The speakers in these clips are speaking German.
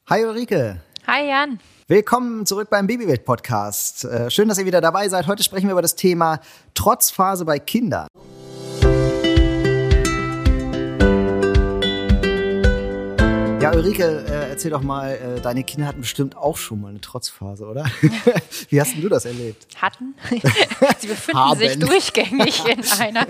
Hi Ulrike. Hi Jan. Willkommen zurück beim Babywelt-Podcast. Schön, dass ihr wieder dabei seid. Heute sprechen wir über das Thema Trotzphase bei Kindern. Ja, Ulrike, erzähl doch mal, deine Kinder hatten bestimmt auch schon mal eine Trotzphase, oder? Wie hast denn du das erlebt? Hatten? Sie befinden sich durchgängig in einer.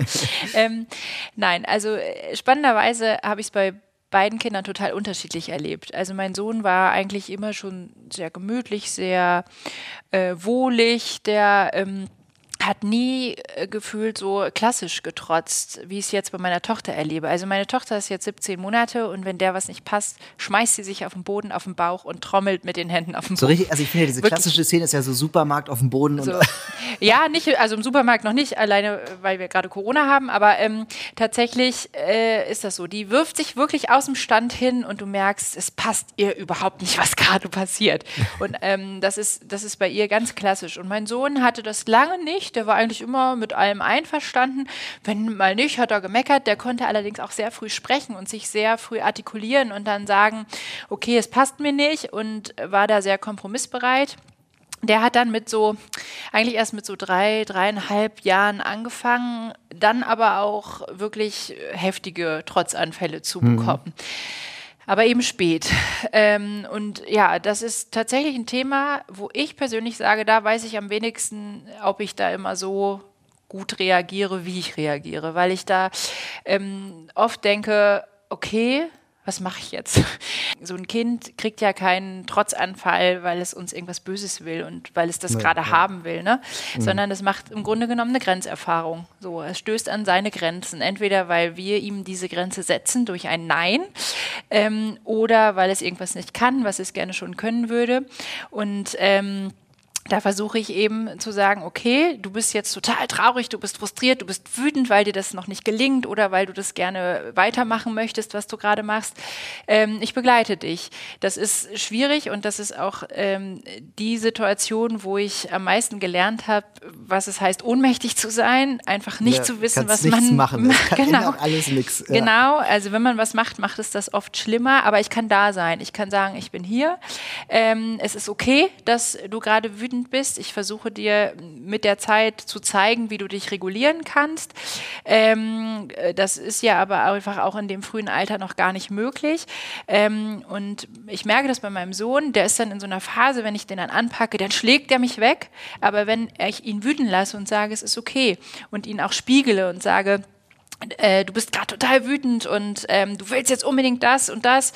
Nein, also spannenderweise habe ich es bei beiden Kindern total unterschiedlich erlebt. Also mein Sohn war eigentlich immer schon sehr gemütlich, sehr wohlig, der hat nie gefühlt so klassisch getrotzt, wie ich es jetzt bei meiner Tochter erlebe. Also meine Tochter ist jetzt 17 Monate und wenn der was nicht passt, schmeißt sie sich auf den Boden, auf den Bauch und trommelt mit den Händen auf den Boden. So richtig, also ich finde ja, diese klassische Szene ist ja so Supermarkt auf dem Boden. So. Und Ja, nicht, also im Supermarkt noch nicht, alleine weil wir gerade Corona haben, aber tatsächlich ist das so. Die wirft sich wirklich aus dem Stand hin und du merkst, es passt ihr überhaupt nicht, was gerade passiert. Und das ist bei ihr ganz klassisch. Und mein Sohn hatte das lange nicht. Der war eigentlich immer mit allem einverstanden. Wenn mal nicht, hat er gemeckert. Der konnte allerdings auch sehr früh sprechen und sich sehr früh artikulieren und dann sagen, okay, es passt mir nicht, und war da sehr kompromissbereit. Der hat dann eigentlich erst mit so 3,5 Jahren angefangen, dann aber auch wirklich heftige Trotzanfälle zu bekommen. Aber eben spät. Und ja, das ist tatsächlich ein Thema, wo ich persönlich sage, da weiß ich am wenigsten, ob ich da immer so gut reagiere, wie ich reagiere. Weil ich da oft denke, okay, was mache ich jetzt? So ein Kind kriegt ja keinen Trotzanfall, weil es uns irgendwas Böses will und weil es das gerade haben will, ne? Sondern es macht im Grunde genommen eine Grenzerfahrung. So, es stößt an seine Grenzen. Entweder weil wir ihm diese Grenze setzen durch ein Nein oder weil es irgendwas nicht kann, was es gerne schon können würde. Und da versuche ich eben zu sagen, okay, du bist jetzt total traurig, du bist frustriert, du bist wütend, weil dir das noch nicht gelingt oder weil du das gerne weitermachen möchtest, was du gerade machst. Ich begleite dich. Das ist schwierig und das ist auch die Situation, wo ich am meisten gelernt habe, was es heißt, ohnmächtig zu sein, einfach nicht zu wissen, was man machen. Das kann genau, auch alles nichts. Ja. Genau, also wenn man was macht, macht es das oft schlimmer, aber ich kann da sein. Ich kann sagen, ich bin hier. Es ist okay, dass du gerade wütend bist. Ich versuche dir mit der Zeit zu zeigen, wie du dich regulieren kannst. Das ist ja aber einfach auch in dem frühen Alter noch gar nicht möglich. Und ich merke das bei meinem Sohn, der ist dann in so einer Phase, wenn ich den dann anpacke, dann schlägt er mich weg. Aber wenn ich ihn wütend lasse und sage, es ist okay und ihn auch spiegele und sage, du bist gerade total wütend und du willst jetzt unbedingt das und das,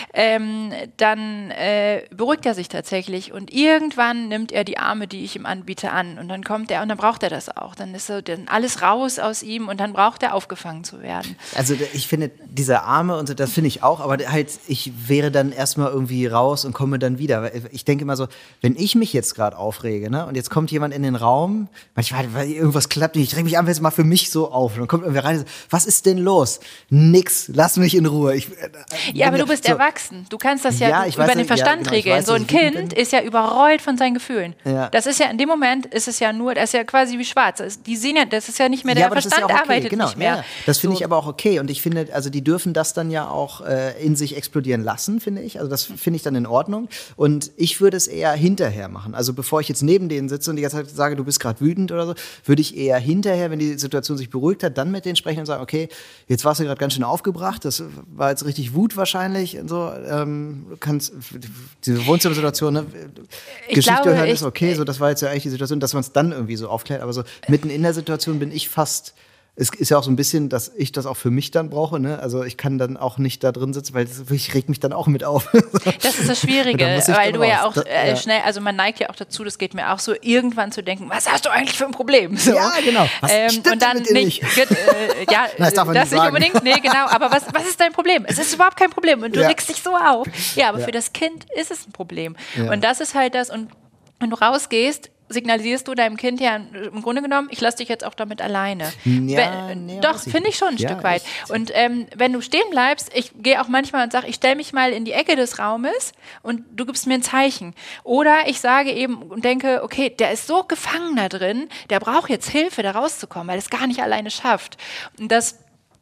dann beruhigt er sich tatsächlich und irgendwann nimmt er die Arme, die ich ihm anbiete, an und dann kommt er und dann braucht er das auch. Dann ist so dann alles raus aus ihm und dann braucht er aufgefangen zu werden. Also ich finde diese Arme und so, das finde ich auch, aber halt ich wäre dann erstmal irgendwie raus und komme dann wieder. Ich denke immer so, wenn ich mich jetzt gerade aufrege, ne, und jetzt kommt jemand in den Raum, manchmal, weil irgendwas klappt nicht, ich reg mich einfach jetzt mal für mich so auf und dann kommt irgendwer rein und so, was ist denn los? Nix, lass mich in Ruhe. Ja, aber du bist erwachsen. Du kannst das ja über den Verstand regeln. So ein Kind ist ja überrollt von seinen Gefühlen. Ja. Das ist ja, in dem Moment ist es ja nur, das ist ja quasi wie schwarz. Die sehen ja, das ist ja nicht mehr, der Verstand ja okay, arbeitet nicht mehr. Ja. Das finde ich aber auch okay. Und ich finde, also die dürfen das dann ja auch in sich explodieren lassen, finde ich. Also das finde ich dann in Ordnung. Und ich würde es eher hinterher machen. Also bevor ich jetzt neben denen sitze und die ganze Zeit sage, du bist gerade wütend oder so, würde ich eher hinterher, wenn die Situation sich beruhigt hat, dann mit denen sprechen und sagen, okay, jetzt warst du gerade ganz schön aufgebracht, das war jetzt richtig Wut wahrscheinlich und so. Du kannst diese Wohnzimmersituation, ne? Geschichte hören ist okay, so das war jetzt ja eigentlich die Situation, dass man es dann irgendwie so aufklärt, aber so mitten in der Situation bin ich fast. Es ist ja auch so ein bisschen, dass ich das auch für mich dann brauche, ne? Also ich kann dann auch nicht da drin sitzen, weil ich reg mich dann auch mit auf. Das ist das Schwierige, weil du ja auch schnell, also man neigt ja auch dazu, das geht mir auch so, irgendwann zu denken, was hast du eigentlich für ein Problem? So. Ja, genau. Was stimmt und dann mit dir nicht? Ja, das nicht unbedingt, nee, genau, aber was ist dein Problem? Es ist überhaupt kein Problem und du regst dich so auf. Ja, aber für das Kind ist es ein Problem. Ja. Und das ist halt das, und wenn du rausgehst, signalisierst du deinem Kind ja im Grunde genommen, ich lasse dich jetzt auch damit alleine. Ja, doch, finde ich schon ein Stück weit. Und wenn du stehen bleibst, ich gehe auch manchmal und sage, ich stelle mich mal in die Ecke des Raumes und du gibst mir ein Zeichen. Oder ich sage eben und denke, okay, der ist so gefangen da drin, der braucht jetzt Hilfe, da rauszukommen, weil er es gar nicht alleine schafft. Und das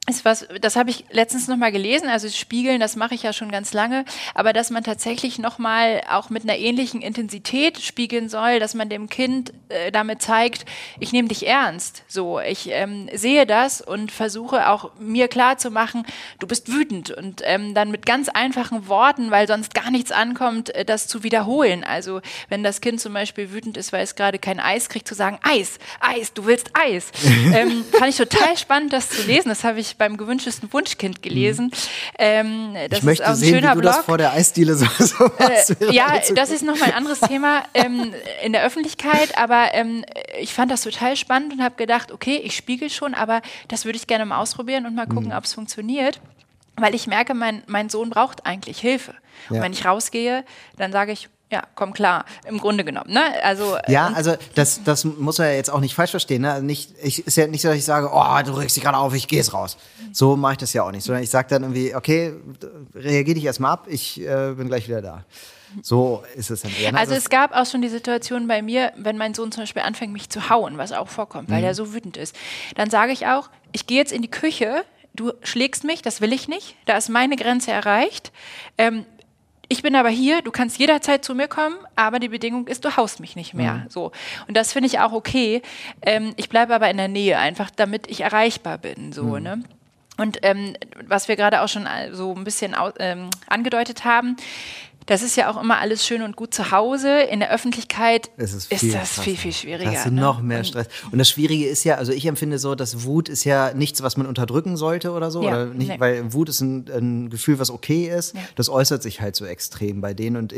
ist was, das habe ich letztens noch mal gelesen, also Spiegeln, das mache ich ja schon ganz lange, aber dass man tatsächlich noch mal auch mit einer ähnlichen Intensität spiegeln soll, dass man dem Kind damit zeigt, ich nehme dich ernst, so, ich sehe das und versuche auch mir klar zu machen, du bist wütend und dann mit ganz einfachen Worten, weil sonst gar nichts ankommt, das zu wiederholen. Also wenn das Kind zum Beispiel wütend ist, weil es gerade kein Eis kriegt, zu sagen, Eis, Eis, du willst Eis. Fand ich total spannend, das zu lesen, das habe ich beim gewünschtesten Wunschkind gelesen. Das ich möchte ist auch ein sehen, schöner wie du Blog. das vor der Eisdiele so machst. Ja, das ist nochmal ein anderes Thema in der Öffentlichkeit, aber ich fand das total spannend und habe gedacht, okay, ich spiegel schon, aber das würde ich gerne mal ausprobieren und mal gucken, ob es funktioniert. Weil ich merke, mein Sohn braucht eigentlich Hilfe. Und wenn ich rausgehe, dann sage ich, ja, komm klar, im Grunde genommen. Ne? Also, also das muss man ja jetzt auch nicht falsch verstehen. Ne? Also ist ja nicht so, dass ich sage, oh, du regst dich gerade auf, ich gehe jetzt raus. So mache ich das ja auch nicht. Sondern ich sage dann irgendwie, okay, reagier dich erstmal ab, ich bin gleich wieder da. So ist es dann eher. Ne? Also es gab auch schon die Situation bei mir, wenn mein Sohn zum Beispiel anfängt, mich zu hauen, was auch vorkommt, weil er so wütend ist. Dann sage ich auch, ich gehe jetzt in die Küche, du schlägst mich, das will ich nicht, da ist meine Grenze erreicht. Ich bin aber hier, du kannst jederzeit zu mir kommen, aber die Bedingung ist, du haust mich nicht mehr. So. Und das finde ich auch okay. Ich bleibe aber in der Nähe, einfach damit ich erreichbar bin. So, ne? Und was wir gerade auch schon so ein bisschen angedeutet haben, das ist ja auch immer alles schön und gut zu Hause. In der Öffentlichkeit ist das viel, viel schwieriger. Da hast du noch mehr Stress. Und das Schwierige ist ja, also ich empfinde so, dass Wut ist ja nichts, was man unterdrücken sollte oder so. Ja, oder nicht, weil Wut ist ein Gefühl, was okay ist. Ja. Das äußert sich halt so extrem bei denen und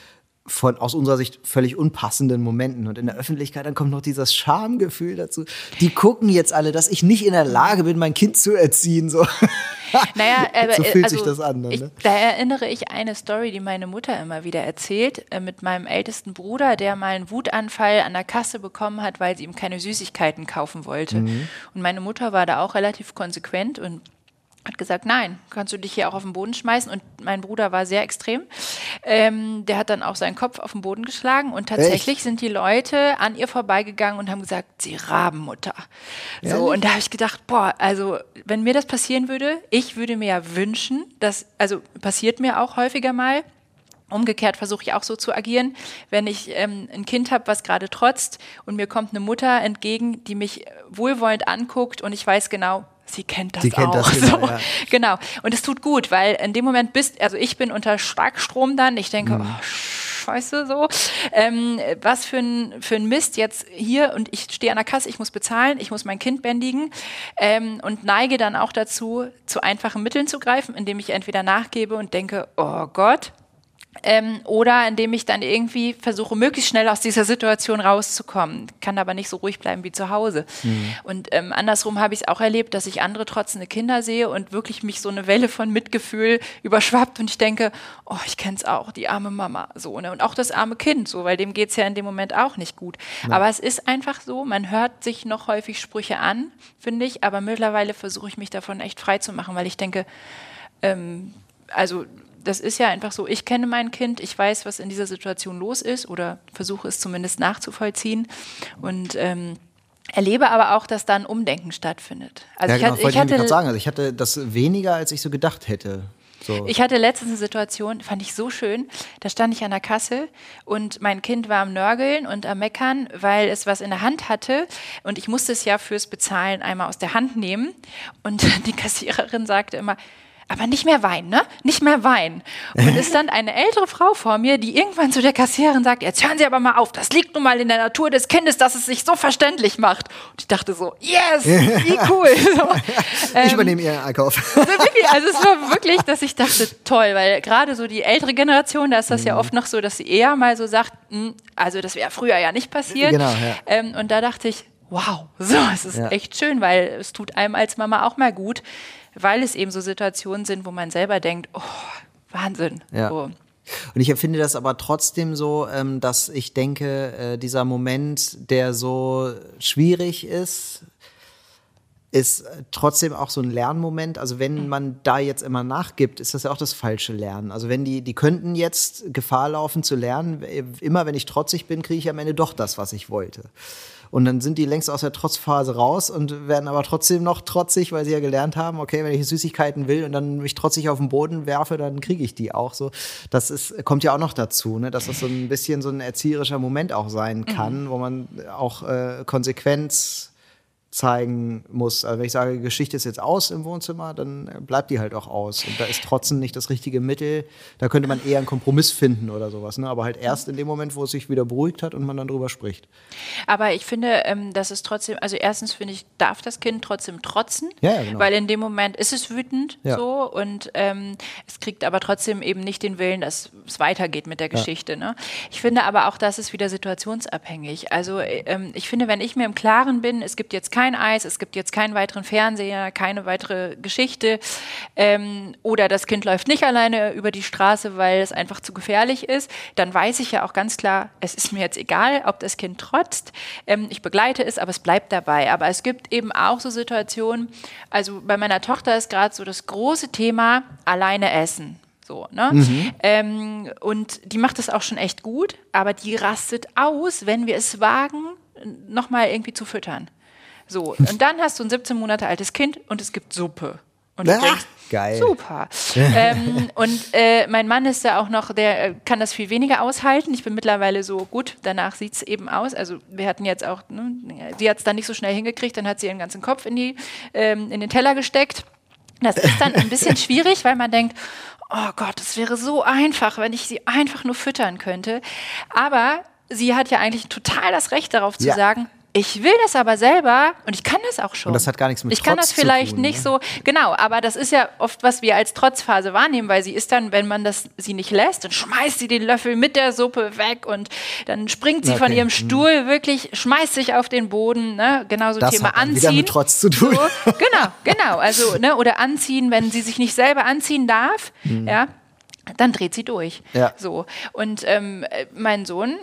aus unserer Sicht völlig unpassenden Momenten. Und in der Öffentlichkeit, dann kommt noch dieses Schamgefühl dazu. Die gucken jetzt alle, dass ich nicht in der Lage bin, mein Kind zu erziehen. So. Naja, so fühlt sich das an. Ne? Da erinnere ich eine Story, die meine Mutter immer wieder erzählt, mit meinem ältesten Bruder, der mal einen Wutanfall an der Kasse bekommen hat, weil sie ihm keine Süßigkeiten kaufen wollte. Und meine Mutter war da auch relativ konsequent und hat gesagt, nein, kannst du dich hier auch auf den Boden schmeißen. Und mein Bruder war sehr extrem. Der hat dann auch seinen Kopf auf den Boden geschlagen. Und tatsächlich sind die Leute an ihr vorbeigegangen und haben gesagt, sie Rabenmutter. So, und da habe ich gedacht, boah, also wenn mir das passieren würde, ich würde mir ja wünschen, also passiert mir auch häufiger mal, umgekehrt versuche ich auch so zu agieren, wenn ich ein Kind habe, was gerade trotzt und mir kommt eine Mutter entgegen, die mich wohlwollend anguckt und ich weiß genau, sie kennt das auch. Das genau, so. Ja. Genau. Und es tut gut, weil in dem Moment also ich bin unter Starkstrom dann, ich denke, oh, scheiße, so. Was für ein Mist jetzt hier und ich stehe an der Kasse, ich muss bezahlen, ich muss mein Kind bändigen und neige dann auch dazu, zu einfachen Mitteln zu greifen, indem ich entweder nachgebe und denke, oh Gott, oder indem ich dann irgendwie versuche, möglichst schnell aus dieser Situation rauszukommen. Kann aber nicht so ruhig bleiben wie zu Hause. Und andersrum habe ich es auch erlebt, dass ich andere trotzende Kinder sehe und wirklich mich so eine Welle von Mitgefühl überschwappt und ich denke, oh, ich kenne es auch, die arme Mama. So, ne? Und auch das arme Kind, so, weil dem geht es ja in dem Moment auch nicht gut. Ja. Aber es ist einfach so, man hört sich noch häufig Sprüche an, finde ich, aber mittlerweile versuche ich mich davon echt frei zu machen, weil ich denke, das ist ja einfach so, ich kenne mein Kind, ich weiß, was in dieser Situation los ist oder versuche es zumindest nachzuvollziehen und erlebe aber auch, dass da ein Umdenken stattfindet. Also ja, genau, ich hatte das weniger, als ich so gedacht hätte. So. Ich hatte letztens eine Situation, fand ich so schön, da stand ich an der Kasse und mein Kind war am Nörgeln und am Meckern, weil es was in der Hand hatte und ich musste es ja fürs Bezahlen einmal aus der Hand nehmen und die Kassiererin sagte immer, aber nicht mehr weinen, ne? Nicht mehr weinen. Und es stand eine ältere Frau vor mir, die irgendwann zu der Kassiererin sagt, jetzt hören Sie aber mal auf, das liegt nun mal in der Natur des Kindes, dass es sich so verständlich macht. Und ich dachte so, yes, wie cool. So, ich übernehme Ihren Einkauf. Also es war wirklich, dass ich dachte, toll, weil gerade so die ältere Generation, da ist das ja oft noch so, dass sie eher mal so sagt, also das wäre früher ja nicht passiert. Genau, ja. Und da dachte ich, wow, so, es ist echt schön, weil es tut einem als Mama auch mal gut, weil es eben so Situationen sind, wo man selber denkt, oh, Wahnsinn. Ja. So. Und ich empfinde das aber trotzdem so, dass ich denke, dieser Moment, der so schwierig ist trotzdem auch so ein Lernmoment. Also wenn man da jetzt immer nachgibt, ist das ja auch das falsche Lernen. Also wenn die könnten jetzt Gefahr laufen zu lernen, immer wenn ich trotzig bin, kriege ich am Ende doch das, was ich wollte. und dann sind die längst aus der Trotzphase raus und werden aber trotzdem noch trotzig, weil sie ja gelernt haben, okay, wenn ich Süßigkeiten will und dann mich trotzig auf den Boden werfe, dann kriege ich die auch so. Kommt ja auch noch dazu, ne, dass das so ein bisschen so ein erzieherischer Moment auch sein kann, wo man auch Konsequenz zeigen muss. Also wenn ich sage, die Geschichte ist jetzt aus im Wohnzimmer, dann bleibt die halt auch aus. Und da ist Trotzen nicht das richtige Mittel. Da könnte man eher einen Kompromiss finden oder sowas. Ne? Aber halt erst in dem Moment, wo es sich wieder beruhigt hat und man dann drüber spricht. Aber ich finde, dass es trotzdem, also erstens finde ich, darf das Kind trotzdem trotzen, Genau. weil in dem Moment ist es wütend so und es kriegt aber trotzdem eben nicht den Willen, dass es weitergeht mit der Geschichte. Ne? Ich finde aber auch, das ist wieder situationsabhängig. Also ich finde, wenn ich mir im Klaren bin, es gibt jetzt kein Eis, es gibt jetzt keinen weiteren Fernseher, keine weitere Geschichte oder das Kind läuft nicht alleine über die Straße, weil es einfach zu gefährlich ist, dann weiß ich ja auch ganz klar, es ist mir jetzt egal, ob das Kind trotzt. Ich begleite es, aber es bleibt dabei. Aber es gibt eben auch so Situationen, also bei meiner Tochter ist gerade so das große Thema alleine essen. So, ne? Und die macht das auch schon echt gut, aber die rastet aus, wenn wir es wagen, nochmal irgendwie zu füttern. So, und dann hast du ein 17 Monate altes Kind und es gibt Suppe. Und du denkst, geil. Super. Mein Mann ist ja auch noch, der kann das viel weniger aushalten. Ich bin mittlerweile so, gut, danach sieht es eben aus. Also wir hatten jetzt auch, ne, sie hat es dann nicht so schnell hingekriegt, dann hat sie ihren ganzen Kopf in den Teller gesteckt. Das ist dann ein bisschen schwierig, weil man denkt, oh Gott, es wäre so einfach, wenn ich sie einfach nur füttern könnte. Aber sie hat ja eigentlich total das Recht darauf zu sagen, ich will das aber selber und ich kann das auch schon. Und das hat gar nichts mit Trotz Ich kann das vielleicht zu tun, nicht ne? so, genau, aber das ist ja oft, was wir als Trotzphase wahrnehmen, weil sie ist dann, wenn man sie nicht lässt, dann schmeißt sie den Löffel mit der Suppe weg und dann springt sie von ihrem Stuhl, wirklich schmeißt sich auf den Boden, ne? Genauso Das Thema hat dann Anziehen. wieder mit Trotz zu tun. So, genau, also, ne, oder anziehen, wenn sie sich nicht selber anziehen darf, ja. Dann dreht sie durch. Ja. So. Und mein Sohn,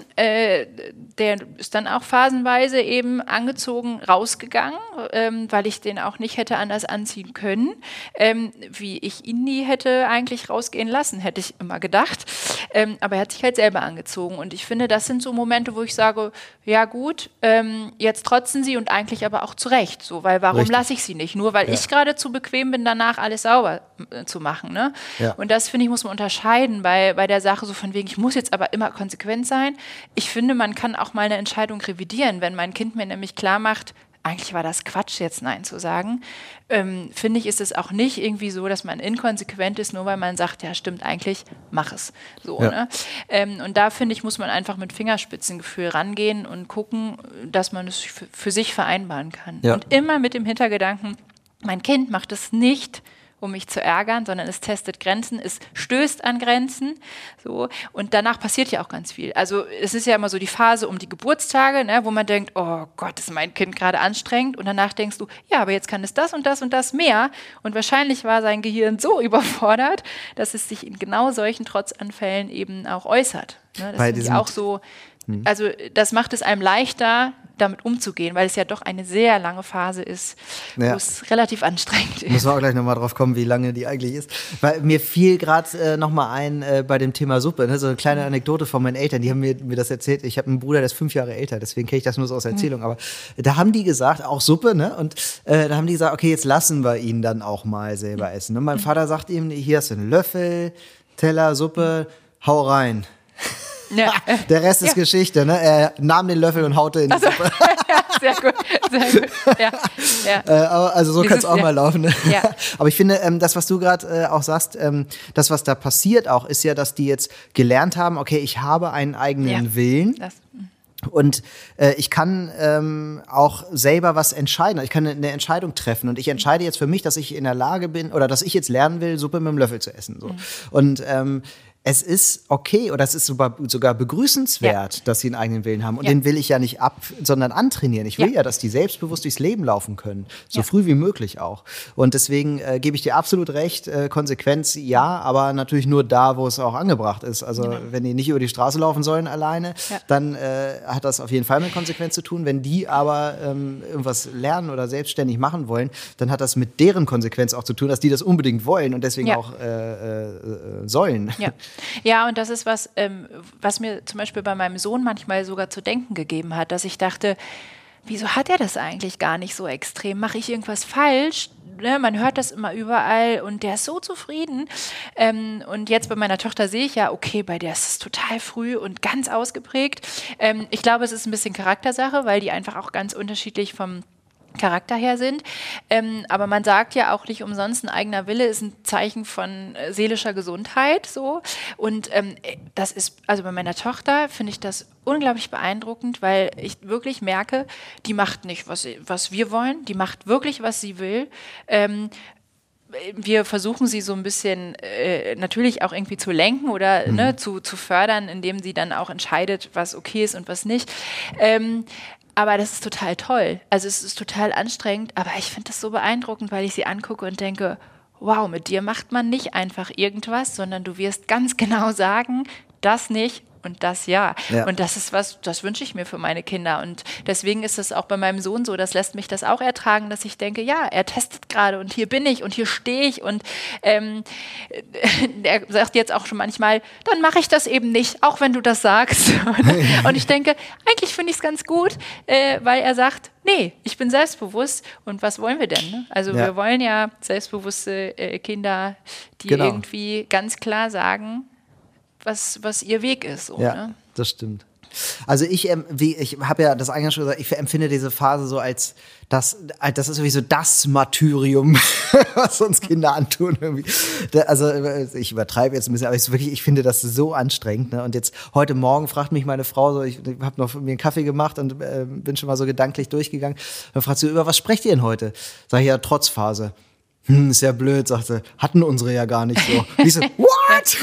der ist dann auch phasenweise eben angezogen rausgegangen, weil ich den auch nicht hätte anders anziehen können, wie ich ihn nie hätte eigentlich rausgehen lassen, hätte ich immer gedacht. Aber er hat sich halt selber angezogen. Und ich finde, das sind so Momente, wo ich sage, ja gut, jetzt trotzen sie und eigentlich aber auch zu Recht. So, weil warum lasse ich sie nicht? Nur weil ich gerade zu bequem bin, danach alles sauber zu machen. Ne? Ja. Und das, finde ich, muss man unterscheiden bei der Sache so von wegen, ich muss jetzt aber immer konsequent sein. Ich finde, man kann auch mal eine Entscheidung revidieren, wenn mein Kind mir nämlich klar macht, eigentlich war das Quatsch, jetzt Nein zu sagen. Finde ich, ist es auch nicht irgendwie so, dass man inkonsequent ist, nur weil man sagt, ja stimmt, eigentlich mach es. So, ne? Und da, finde ich, muss man einfach mit Fingerspitzengefühl rangehen und gucken, dass man es für sich vereinbaren kann. Ja. Und immer mit dem Hintergedanken, mein Kind macht es nicht, um mich zu ärgern, sondern es testet Grenzen, es stößt an Grenzen. So. Und danach passiert ja auch ganz viel. Also es ist ja immer so die Phase um die Geburtstage, ne, wo man denkt, oh Gott, ist mein Kind gerade anstrengend. Und danach denkst du, ja, aber jetzt kann es das und das und das mehr. Und wahrscheinlich war sein Gehirn so überfordert, dass es sich in genau solchen Trotzanfällen eben auch äußert. Ne, das ist auch so, also das macht es einem leichter, damit umzugehen, weil es ja doch eine sehr lange Phase ist, wo es relativ anstrengend ist. Müssen wir auch gleich nochmal drauf kommen, wie lange die eigentlich ist. Weil mir fiel gerade nochmal ein bei dem Thema Suppe, ne? So eine kleine Anekdote von meinen Eltern, die haben mir das erzählt. Ich habe einen Bruder, der ist 5 Jahre älter, deswegen kenne ich das nur so aus Erzählung. Aber da haben die gesagt, auch Suppe, ne? Und da haben die gesagt, okay, jetzt lassen wir ihn dann auch mal selber essen. Und mein Vater sagt ihm, hier hast du einen Löffel, Teller, Suppe, hau rein. Ja. Der Rest ist Geschichte, ne? Er nahm den Löffel und haute in die Suppe. Sehr gut, sehr gut. Also so kann es auch mal laufen. Ne? Ja. Aber ich finde, das, was du gerade auch sagst, das, was da passiert auch, ist ja, dass die jetzt gelernt haben, okay, ich habe einen eigenen Willen. Und ich kann auch selber was entscheiden. Ich kann eine Entscheidung treffen. Und ich entscheide jetzt für mich, dass ich in der Lage bin oder dass ich jetzt lernen will, Suppe mit dem Löffel zu essen. So. Und es ist okay oder es ist sogar begrüßenswert, dass sie einen eigenen Willen haben. Und den will ich ja nicht sondern antrainieren. Ich will ja, dass die selbstbewusst durchs Leben laufen können. So früh wie möglich auch. Und deswegen gebe ich dir absolut recht. Konsequenz ja, aber natürlich nur da, wo es auch angebracht ist. Also wenn die nicht über die Straße laufen sollen alleine, dann hat das auf jeden Fall mit Konsequenz zu tun. Wenn die aber irgendwas lernen oder selbstständig machen wollen, dann hat das mit deren Konsequenz auch zu tun, dass die das unbedingt wollen und deswegen auch sollen. Ja, und das ist was mir zum Beispiel bei meinem Sohn manchmal sogar zu denken gegeben hat, dass ich dachte, wieso hat er das eigentlich gar nicht so extrem? Mache ich irgendwas falsch? Ne, man hört das immer überall und der ist so zufrieden. Und jetzt bei meiner Tochter sehe ich ja, okay, bei der ist es total früh und ganz ausgeprägt. Ich glaube, es ist ein bisschen Charaktersache, weil die einfach auch ganz unterschiedlich vom Charakter her sind. Aber man sagt ja auch nicht umsonst, ein eigener Wille ist ein Zeichen von seelischer Gesundheit. So. Und das ist, also bei meiner Tochter finde ich das unglaublich beeindruckend, weil ich wirklich merke, die macht nicht, was wir wollen, die macht wirklich, was sie will. Wir versuchen sie so ein bisschen natürlich auch irgendwie zu lenken oder ne, zu fördern, indem sie dann auch entscheidet, was okay ist und was nicht. Aber das ist total toll. Also es ist total anstrengend, aber ich finde das so beeindruckend, weil ich sie angucke und denke, wow, mit dir macht man nicht einfach irgendwas, sondern du wirst ganz genau sagen, das nicht und das ja. Und das ist was, das wünsche ich mir für meine Kinder. Und deswegen ist es auch bei meinem Sohn so, das lässt mich das auch ertragen, dass ich denke, ja, er testet gerade und hier bin ich und hier stehe ich. Und er sagt jetzt auch schon manchmal, dann mache ich das eben nicht, auch wenn du das sagst. Und ich denke, eigentlich finde ich es ganz gut, weil er sagt, nee, ich bin selbstbewusst und was wollen wir denn? Ne? Also wir wollen ja selbstbewusste Kinder, die irgendwie ganz klar sagen, was ihr Weg ist. So, ja, ne? Das stimmt. Also ich habe ja das eingangs schon gesagt, ich empfinde diese Phase so als, das ist irgendwie so das Martyrium, was uns Kinder antun. Irgendwie. Also ich übertreibe jetzt ein bisschen, aber ich finde das so anstrengend. Ne? Und jetzt heute Morgen fragt mich meine Frau, so, ich habe noch mir einen Kaffee gemacht und bin schon mal so gedanklich durchgegangen. Dann fragt sie, über was sprecht ihr denn heute? Sag ich, ja, Trotzphase. Ist ja blöd, sagte, hatten unsere ja gar nicht so. Ich so, what?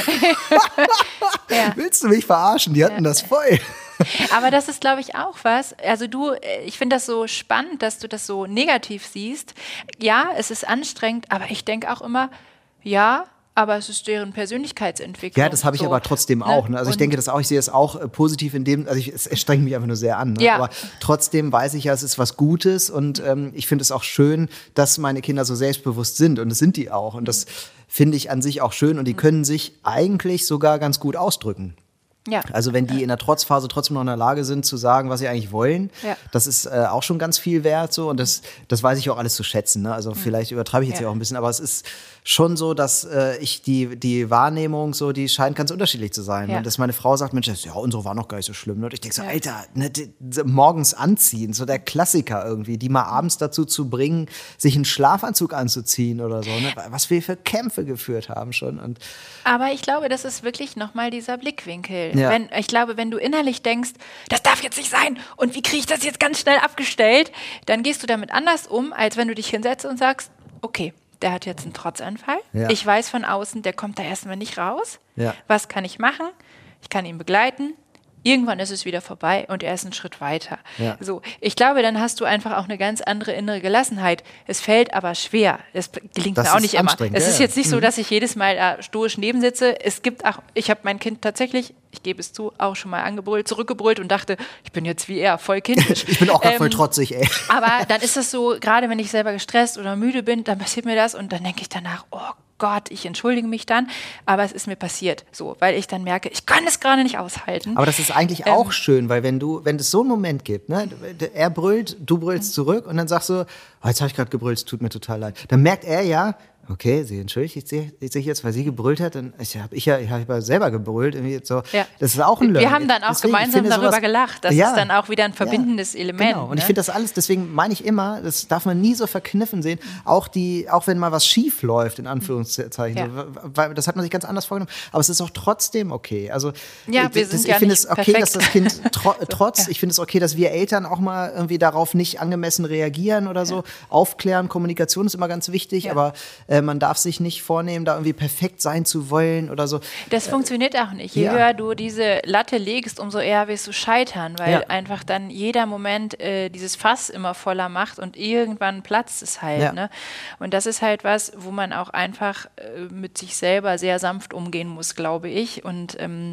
Willst du mich verarschen? Die hatten das voll. Aber das ist, glaube ich, auch was. Also ich finde das so spannend, dass du das so negativ siehst. Ja, es ist anstrengend, aber ich denke auch immer, ja, aber es ist deren Persönlichkeitsentwicklung. Ja, das habe ich aber trotzdem auch. Ne? Also ich denke das auch, ich sehe es auch positiv in dem, also es strengt mich einfach nur sehr an. Ne? Ja. Aber trotzdem weiß ich ja, es ist was Gutes und ich finde es auch schön, dass meine Kinder so selbstbewusst sind und das sind die auch. Und das finde ich an sich auch schön und die können sich eigentlich sogar ganz gut ausdrücken. Ja. Also wenn die in der Trotzphase trotzdem noch in der Lage sind zu sagen, was sie eigentlich wollen, das ist auch schon ganz viel wert so und das weiß ich auch alles zu schätzen. Ne? Also vielleicht übertreibe ich jetzt hier auch ein bisschen, aber es ist schon so, dass ich die Wahrnehmung so, die scheint ganz unterschiedlich zu sein. Und dass meine Frau sagt, Mensch, ja, unsere war noch gar nicht so schlimm. Und ich denke so, Alter, ne, morgens anziehen, so der Klassiker irgendwie, die mal abends dazu zu bringen, sich einen Schlafanzug anzuziehen oder so. Ne? Was wir für Kämpfe geführt haben schon. Und aber ich glaube, das ist wirklich nochmal dieser Blickwinkel. Ja. Ich glaube, wenn du innerlich denkst, das darf jetzt nicht sein und wie kriege ich das jetzt ganz schnell abgestellt, dann gehst du damit anders um, als wenn du dich hinsetzt und sagst, okay, der hat jetzt einen Trotzanfall. Ja. Ich weiß von außen, der kommt da erstmal nicht raus. Ja. Was kann ich machen? Ich kann ihn begleiten. Irgendwann ist es wieder vorbei und er ist einen Schritt weiter. Ja. So, ich glaube, dann hast du einfach auch eine ganz andere innere Gelassenheit. Es fällt aber schwer. Es gelingt mir auch nicht immer. Es ist jetzt nicht so, dass ich jedes Mal da stoisch nebensitze. Es gibt auch, ich habe mein Kind tatsächlich, ich gebe es zu, auch schon mal angebrüllt, zurückgebrüllt und dachte, ich bin jetzt wie er, voll kindisch. Ich bin auch gerade voll trotzig, ey. Aber dann ist es so, gerade wenn ich selber gestresst oder müde bin, dann passiert mir das und dann denke ich danach, oh Gott, ich entschuldige mich dann, aber es ist mir passiert, so, weil ich dann merke, ich kann es gerade nicht aushalten. Aber das ist eigentlich auch schön, weil wenn es so einen Moment gibt, ne, er brüllt, du brüllst zurück und dann sagst du, oh, jetzt habe ich gerade gebrüllt, es tut mir total leid. Dann merkt er ja, okay, sie entschuldigt sich jetzt, weil sie gebrüllt hat, dann ich habe ja selber gebrüllt. Irgendwie so. Ja. Das ist auch ein Learning. Wir haben dann auch gemeinsam darüber gelacht. Das ist dann auch wieder ein verbindendes Element. Genau. Und ich finde das alles, deswegen meine ich immer, das darf man nie so verkniffen sehen, auch wenn mal was schief läuft, in Anführungszeichen. So, weil das hat man sich ganz anders vorgenommen. Aber es ist auch trotzdem okay. Also ich finde es okay, dass das Kind trotz, ich finde es okay, dass wir Eltern auch mal irgendwie darauf nicht angemessen reagieren oder so. Aufklären, Kommunikation ist immer ganz wichtig, aber man darf sich nicht vornehmen, da irgendwie perfekt sein zu wollen oder so. Das funktioniert auch nicht. Je höher du diese Latte legst, umso eher wirst du scheitern, weil einfach dann jeder Moment dieses Fass immer voller macht und irgendwann platzt es halt. Ja. Ne? Und das ist halt was, wo man auch einfach mit sich selber sehr sanft umgehen muss, glaube ich. Und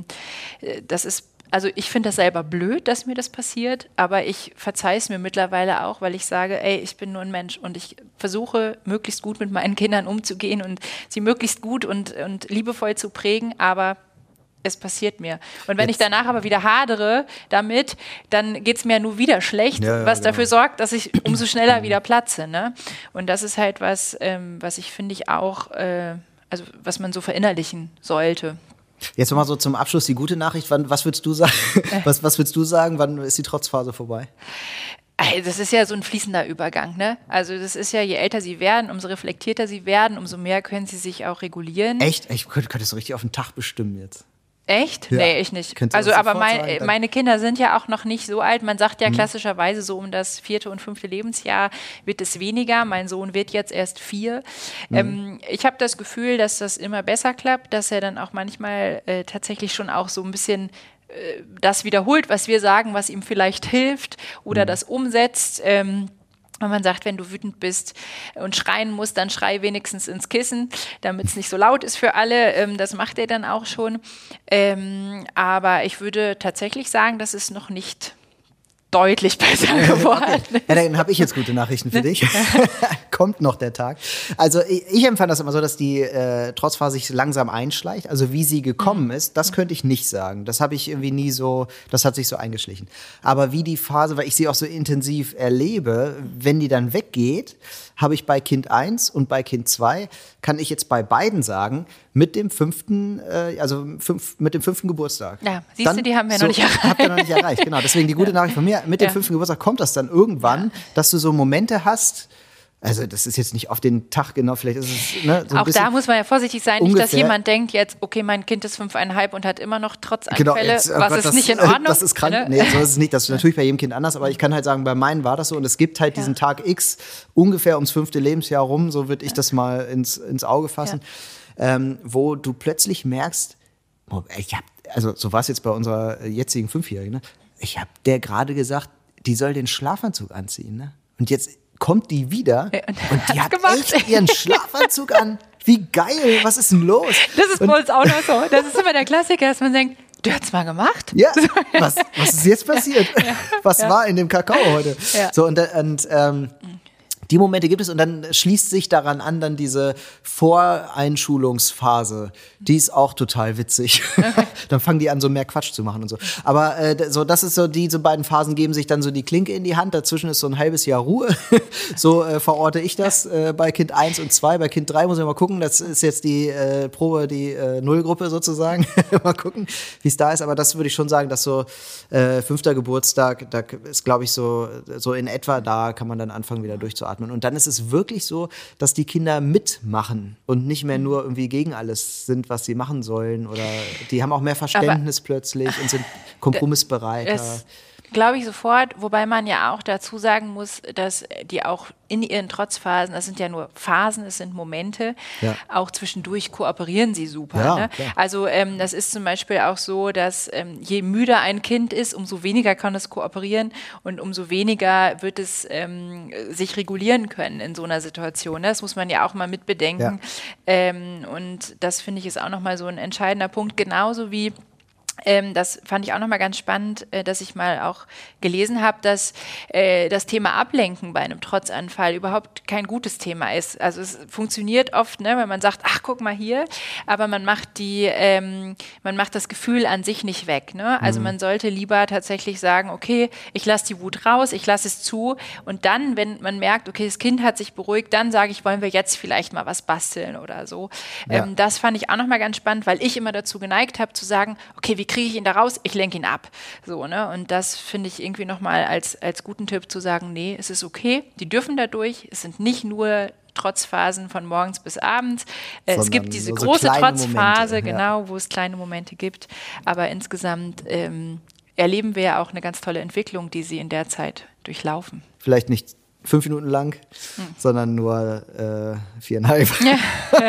das ist also ich finde das selber blöd, dass mir das passiert, aber ich verzeihe es mir mittlerweile auch, weil ich sage, ey, ich bin nur ein Mensch und ich versuche, möglichst gut mit meinen Kindern umzugehen und sie möglichst gut und liebevoll zu prägen, aber es passiert mir. Und wenn ich danach aber wieder hadere damit, dann geht es mir nur wieder schlecht, was dafür sorgt, dass ich umso schneller wieder platze. Ne? Und das ist halt was ich finde ich auch, also was man so verinnerlichen sollte. Jetzt nochmal so zum Abschluss die gute Nachricht. Was würdest du sagen? Was würdest du sagen? Wann ist die Trotzphase vorbei? Das ist ja so ein fließender Übergang, ne? Also das ist ja, je älter sie werden, umso reflektierter sie werden, umso mehr können sie sich auch regulieren. Echt? Ich könnte das so richtig auf den Tag bestimmen jetzt. Echt? Ja. Nee, ich nicht. Also aber meine Kinder sind ja auch noch nicht so alt. Man sagt ja klassischerweise so um das 4. und 5. Lebensjahr wird es weniger. Mein Sohn wird jetzt erst 4. Ich habe das Gefühl, dass das immer besser klappt, dass er dann auch manchmal tatsächlich schon auch so ein bisschen das wiederholt, was wir sagen, was ihm vielleicht hilft oder das umsetzt. Wenn man sagt, wenn du wütend bist und schreien musst, dann schrei wenigstens ins Kissen, damit es nicht so laut ist für alle. Das macht er dann auch schon. Aber ich würde tatsächlich sagen, dass es noch nicht deutlich besser geworden. Okay. Ja, dann habe ich jetzt gute Nachrichten für dich. Kommt noch der Tag. Also ich empfand das immer so, dass die Trotzphase sich langsam einschleicht. Also wie sie gekommen ist, das könnte ich nicht sagen. Das habe ich irgendwie nie so, das hat sich so eingeschlichen. Aber wie die Phase, weil ich sie auch so intensiv erlebe, wenn die dann weggeht, habe ich bei Kind 1 und bei Kind 2, kann ich jetzt bei beiden sagen, mit dem 5. Geburtstag. Ja, siehst du, die haben wir noch nicht erreicht. Habt ihr noch nicht erreicht, genau. Deswegen die gute Nachricht von mir, mit dem 5. Geburtstag kommt das dann irgendwann, dass du so Momente hast. Also das ist jetzt nicht auf den Tag genau, vielleicht ist es so ein auch bisschen da muss man ja vorsichtig sein, ungefähr. Nicht, dass jemand denkt jetzt, okay, mein Kind ist 5,5 und hat immer noch Trotzanfälle, genau, jetzt, was ist nicht in Ordnung. Das ist krank, ne? Nee, so ist es nicht, das ist natürlich bei jedem Kind anders, aber ich kann halt sagen, bei meinen war das so und es gibt halt diesen Tag X ungefähr ums 5. Lebensjahr rum, so würde ich das mal ins Auge fassen, wo du plötzlich merkst, so war es jetzt bei unserer jetzigen 5-Jährigen, ne? Ich habe der gerade gesagt, die soll den Schlafanzug anziehen, ne? Und jetzt kommt die wieder und die hat echt ihren Schlafanzug an. Wie geil, was ist denn los? Das ist bei uns auch noch so. Das ist immer der Klassiker, dass man denkt, du hast es mal gemacht? Ja, was ist jetzt passiert? Was war in dem Kakao heute? Ja. So, und die Momente gibt es und dann schließt sich daran an dann diese Voreinschulungsphase. Die ist auch total witzig. Okay. Dann fangen die an, so mehr Quatsch zu machen und so. Aber das ist so, diese beiden Phasen geben sich dann so die Klinke in die Hand. Dazwischen ist so ein halbes Jahr Ruhe. So verorte ich das bei Kind 1 und 2. Bei Kind 3 muss ich mal gucken. Das ist jetzt die Probe, die Nullgruppe sozusagen. Mal gucken, wie es da ist. Aber das würde ich schon sagen, dass so 5. Geburtstag, da ist, glaube ich, so in etwa da kann man dann anfangen, wieder durchzuatmen. Und dann ist es wirklich so, dass die Kinder mitmachen und nicht mehr nur irgendwie gegen alles sind, was sie machen sollen. Oder die haben auch mehr Verständnis plötzlich und sind kompromissbereiter. Glaube ich sofort, wobei man ja auch dazu sagen muss, dass die auch in ihren Trotzphasen, das sind ja nur Phasen, es sind Momente, auch zwischendurch kooperieren sie super. Ja, ne? Also das ist zum Beispiel auch so, dass je müder ein Kind ist, umso weniger kann es kooperieren und umso weniger wird es sich regulieren können in so einer Situation. Ne? Das muss man ja auch mal mitbedenken. Ja. Und das finde ich ist auch nochmal so ein entscheidender Punkt, genauso wie das fand ich auch nochmal ganz spannend, dass ich mal auch gelesen habe, dass das Thema Ablenken bei einem Trotzanfall überhaupt kein gutes Thema ist. Also es funktioniert oft, ne, wenn man sagt, ach, guck mal hier, aber man macht das Gefühl an sich nicht weg. Ne? Also man sollte lieber tatsächlich sagen, okay, ich lasse die Wut raus, ich lasse es zu und dann, wenn man merkt, okay, das Kind hat sich beruhigt, dann sage ich, wollen wir jetzt vielleicht mal was basteln oder so. Ja. Das fand ich auch nochmal ganz spannend, weil ich immer dazu geneigt habe zu sagen, okay, wie kriege ich ihn da raus? Ich lenke ihn ab. So, ne? Und das finde ich irgendwie nochmal als guten Tipp zu sagen, nee, es ist okay, die dürfen da durch, es sind nicht nur Trotzphasen von morgens bis abends. Es gibt diese große Trotzphase, genau, wo es kleine Momente gibt. Aber insgesamt erleben wir ja auch eine ganz tolle Entwicklung, die sie in der Zeit durchlaufen. Vielleicht nicht 5 Minuten lang, sondern nur 4,5. Ja.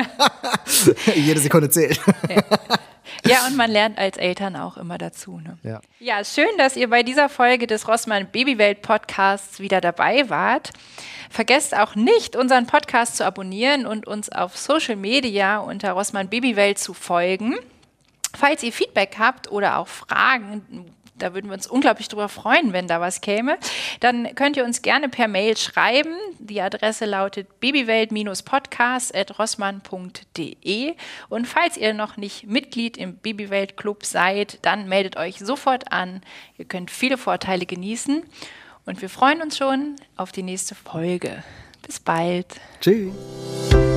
Jede Sekunde zählt. Ja. Ja, und man lernt als Eltern auch immer dazu. Ne? Ja, schön, dass ihr bei dieser Folge des Rossmann Babywelt Podcasts wieder dabei wart. Vergesst auch nicht, unseren Podcast zu abonnieren und uns auf Social Media unter Rossmann Babywelt zu folgen. Falls ihr Feedback habt oder auch Fragen Da würden wir uns unglaublich drüber freuen, wenn da was käme. Dann könnt ihr uns gerne per Mail schreiben. Die Adresse lautet babywelt-podcast@rossmann.de. Und falls ihr noch nicht Mitglied im Babywelt-Club seid, dann meldet euch sofort an. Ihr könnt viele Vorteile genießen. Und wir freuen uns schon auf die nächste Folge. Bis bald. Tschüss.